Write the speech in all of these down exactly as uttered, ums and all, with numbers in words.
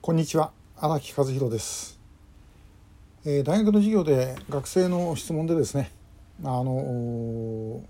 こんにちは、荒木和弘です。えー、大学の授業で学生の質問でですね、あの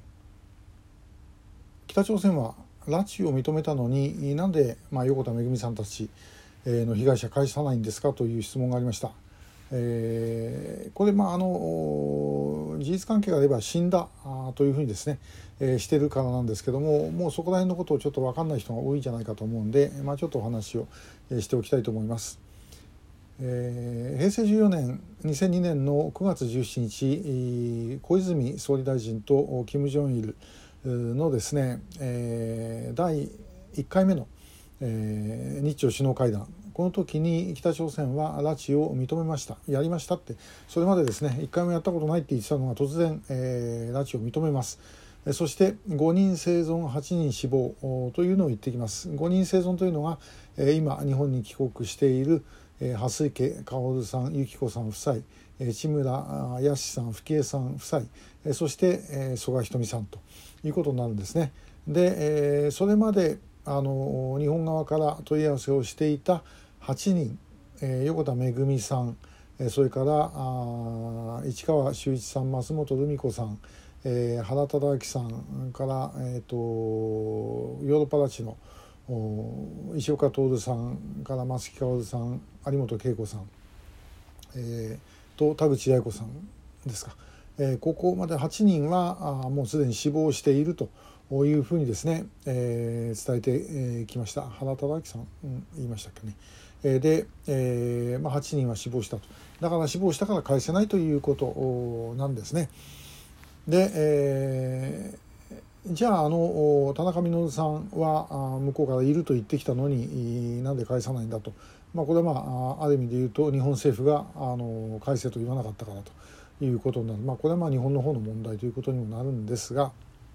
北朝鮮は拉致を認めたのになんで、まあ、横田めぐみさんたちの被害者返さないんですかという質問がありました。えー、これ、まあ、あの事実関係があれば死んだというふうにですね、えー、してるからなんですけども、もうそこら辺のことをちょっと分かんない人が多いんじゃないかと思うんで、まあ、ちょっとお話をしておきたいと思います。えー、平成じゅうよねんにせんにねんのくがつじゅうしちにち、小泉総理大臣と金正日のですね、えー、だいいっかいめの、えー、日朝首脳会談、この時に北朝鮮は拉致を認めました、やりましたって、それまでですねいっかいもやったことないって言ってたのが突然、えー、拉致を認めます。そしてごにん生存はちにん死亡というのを言ってきます。ごにん生存というのが今日本に帰国している蓮池薫さん、由紀子さん夫妻、千村康さん、富貴恵さん夫妻、そして曽我ひとみさんということになるんですね。で、それまであの日本側から問い合わせをしていたはちにん、横田めぐみさん、それから市川修一さん、増本留美子さん、えー、原忠明さんから、えー、とヨーロッパ拉致の石岡徹さんから松木薫さん、有本恵子さん、えー、と田口八重子さんですか、えー、ここまではちにんはあもうすでに死亡しているというふうにですね、えー、伝えてき、えー、ました。原忠明さん、うん、言いましたっけね。えー、で、えーまあ、はちにんは死亡したと。だから死亡したから返せないということなんですね。で、えー、じゃあ、あの田中稔さんは向こうからいると言ってきたのになんで返さないんだと、まあ、これは、まあ、ある意味で言うと日本政府があの返せと言わなかったからということになる、まあ、これはまあ日本の方の問題ということにもなるんですが、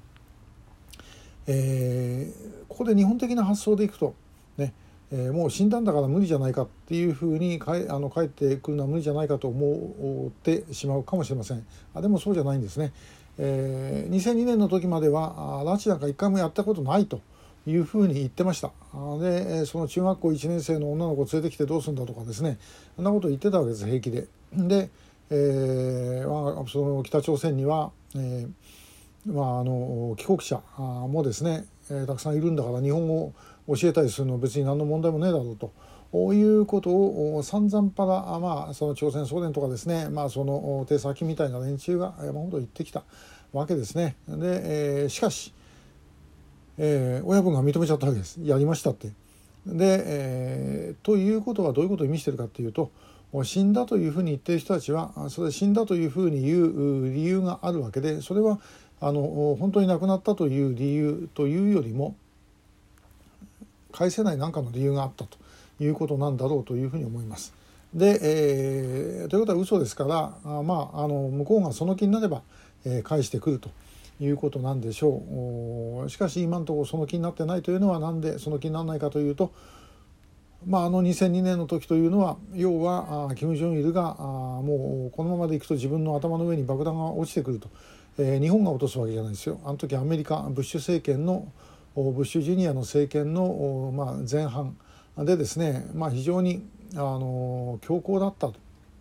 えー、ここで日本的な発想でいくとね、えー、もう死んだんだから無理じゃないかっていうふうにかえあの帰ってくるのは無理じゃないかと思ってしまうかもしれません。あでもそうじゃないんですね。えー、にせんにねんの時までは拉致なんか一回もやったことないというふうに言ってました。でその中学校いちねん生の女の子を連れてきてどうするんだとかですね、そんなことを言ってたわけです、平気で。で、えー、その北朝鮮には、えーまあ、あの帰国者もですね、えー、たくさんいるんだから日本語を教えたりするの別に何の問題もねえだろうとこういうことを散々パラ、まあ、その朝鮮総連とかですね、まあ、その手先みたいな連中が山ほど言ってきたわけですね。で、えー、しかし、えー、親分が認めちゃったわけです。やりましたって。で、えー、ということはどういうことを意味しているかというと、死んだというふうに言っている人たちはそれ死んだというふうに言う理由があるわけで、それはあの本当に亡くなったという理由というよりも返せない何かの理由があったということなんだろうというふうに思います。で、えー、ということは嘘ですから、あまあ、あの向こうがその気になれば、えー、返してくるということなんでしょう。しかし今のところその気になってないというのはなんでその気にならないかというと、まあ、あのにせんにねんの時というのは要は金正日がもうこのままでいくと自分の頭の上に爆弾が落ちてくると、えー、日本が落とすわけじゃないですよ。あの時アメリカブッシュ政権のブッシュジュニアの政権の、まあ、前半でですね、まあ、非常にあの強硬だったと。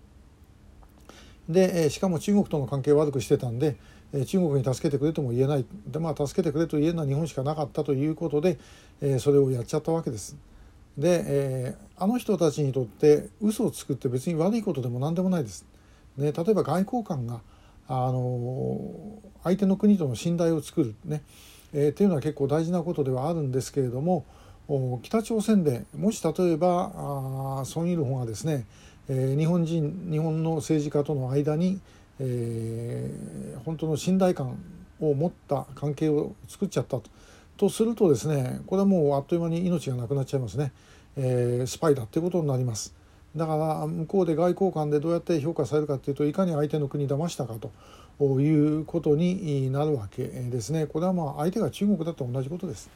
でしかも中国との関係を悪くしてたんで中国に助けてくれとも言えないで、まあ、助けてくれと言えるのは日本しかなかったということでそれをやっちゃったわけです。で、えー、あの人たちにとって嘘をつくって別に悪いことでも何でもないです。ね、例えば外交官があの相手の国との信頼を作るね、えー、っていうのは結構大事なことではあるんですけれども、北朝鮮でもし例えばあソン・イルホがですね、えー、日本人日本の政治家との間に、えー、本当の信頼感を持った関係を作っちゃったと。とするとですね、これはもうあっという間に命がなくなっちゃいますね。えー、スパイだっていうことになります。だから向こうで外交官でどうやって評価されるかというと、いかに相手の国騙したかということになるわけですね。これはまあ相手が中国だと同じことです。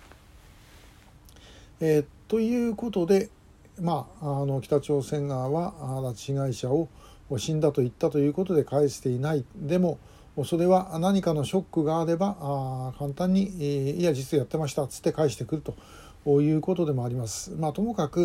えー、ということで、まあ、あの北朝鮮側は拉致被害者を死んだと言ったということで返していない。でもそれは何かのショックがあればあ簡単に、えー、いや実はやってましたっつって返してくるということでもあります。まあ、ともかく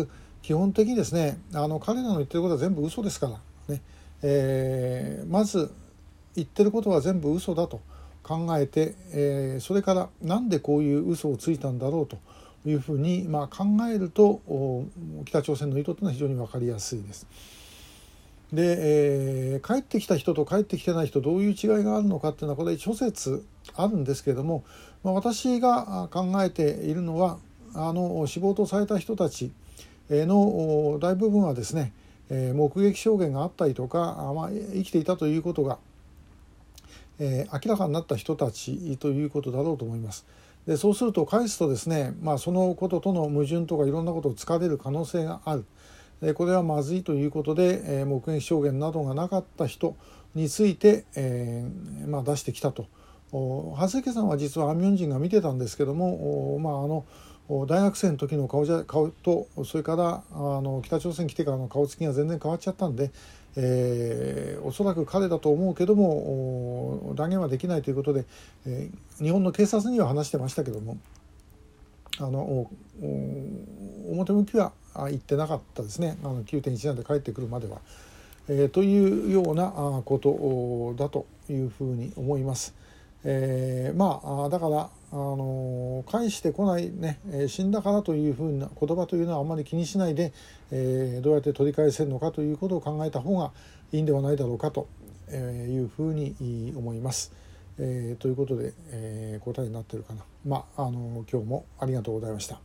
基本的にですね、あの彼らの言ってることは全部嘘ですからね、えー、まず言ってることは全部嘘だと考えて、えー、それからなんでこういう嘘をついたんだろうというふうに、まあ、考えると北朝鮮の意図というのは非常に分かりやすいです。で、えー、帰ってきた人と帰ってきてない人どういう違いがあるのかっていうのはこれ諸説あるんですけれども、まあ、私が考えているのはあの死亡とされた人たちの大部分はですね、えー、目撃証言があったりとか、まあ、生きていたということが、えー、明らかになった人たちということだろうと思います。でそうすると返すとですね、まあ、そのこととの矛盾とかいろんなことを突かれる可能性がある。これはまずいということで、えー、目撃証言などがなかった人について、えーまあ、出してきたと。長谷家さんは実はアンミョン人が見てたんですけども、まあ、あの大学生の時の顔じゃ顔とそれからあの北朝鮮来てからの顔つきが全然変わっちゃったんで、えー、おそらく彼だと思うけども断言はできないということで、えー、日本の警察には話してましたけどもあの表向きは言ってなかったですね。あの きゅうてんいちなな で帰ってくるまでは、えー、というようなことだというふうに思います。えー、まあだからあの返してこないね、死んだからというふうな言葉というのはあまり気にしないで、えー、どうやって取り返せるのかということを考えた方がいいんではないだろうかというふうに思います。えー、ということで、えー、答えになっているかな。まああの今日もありがとうございました。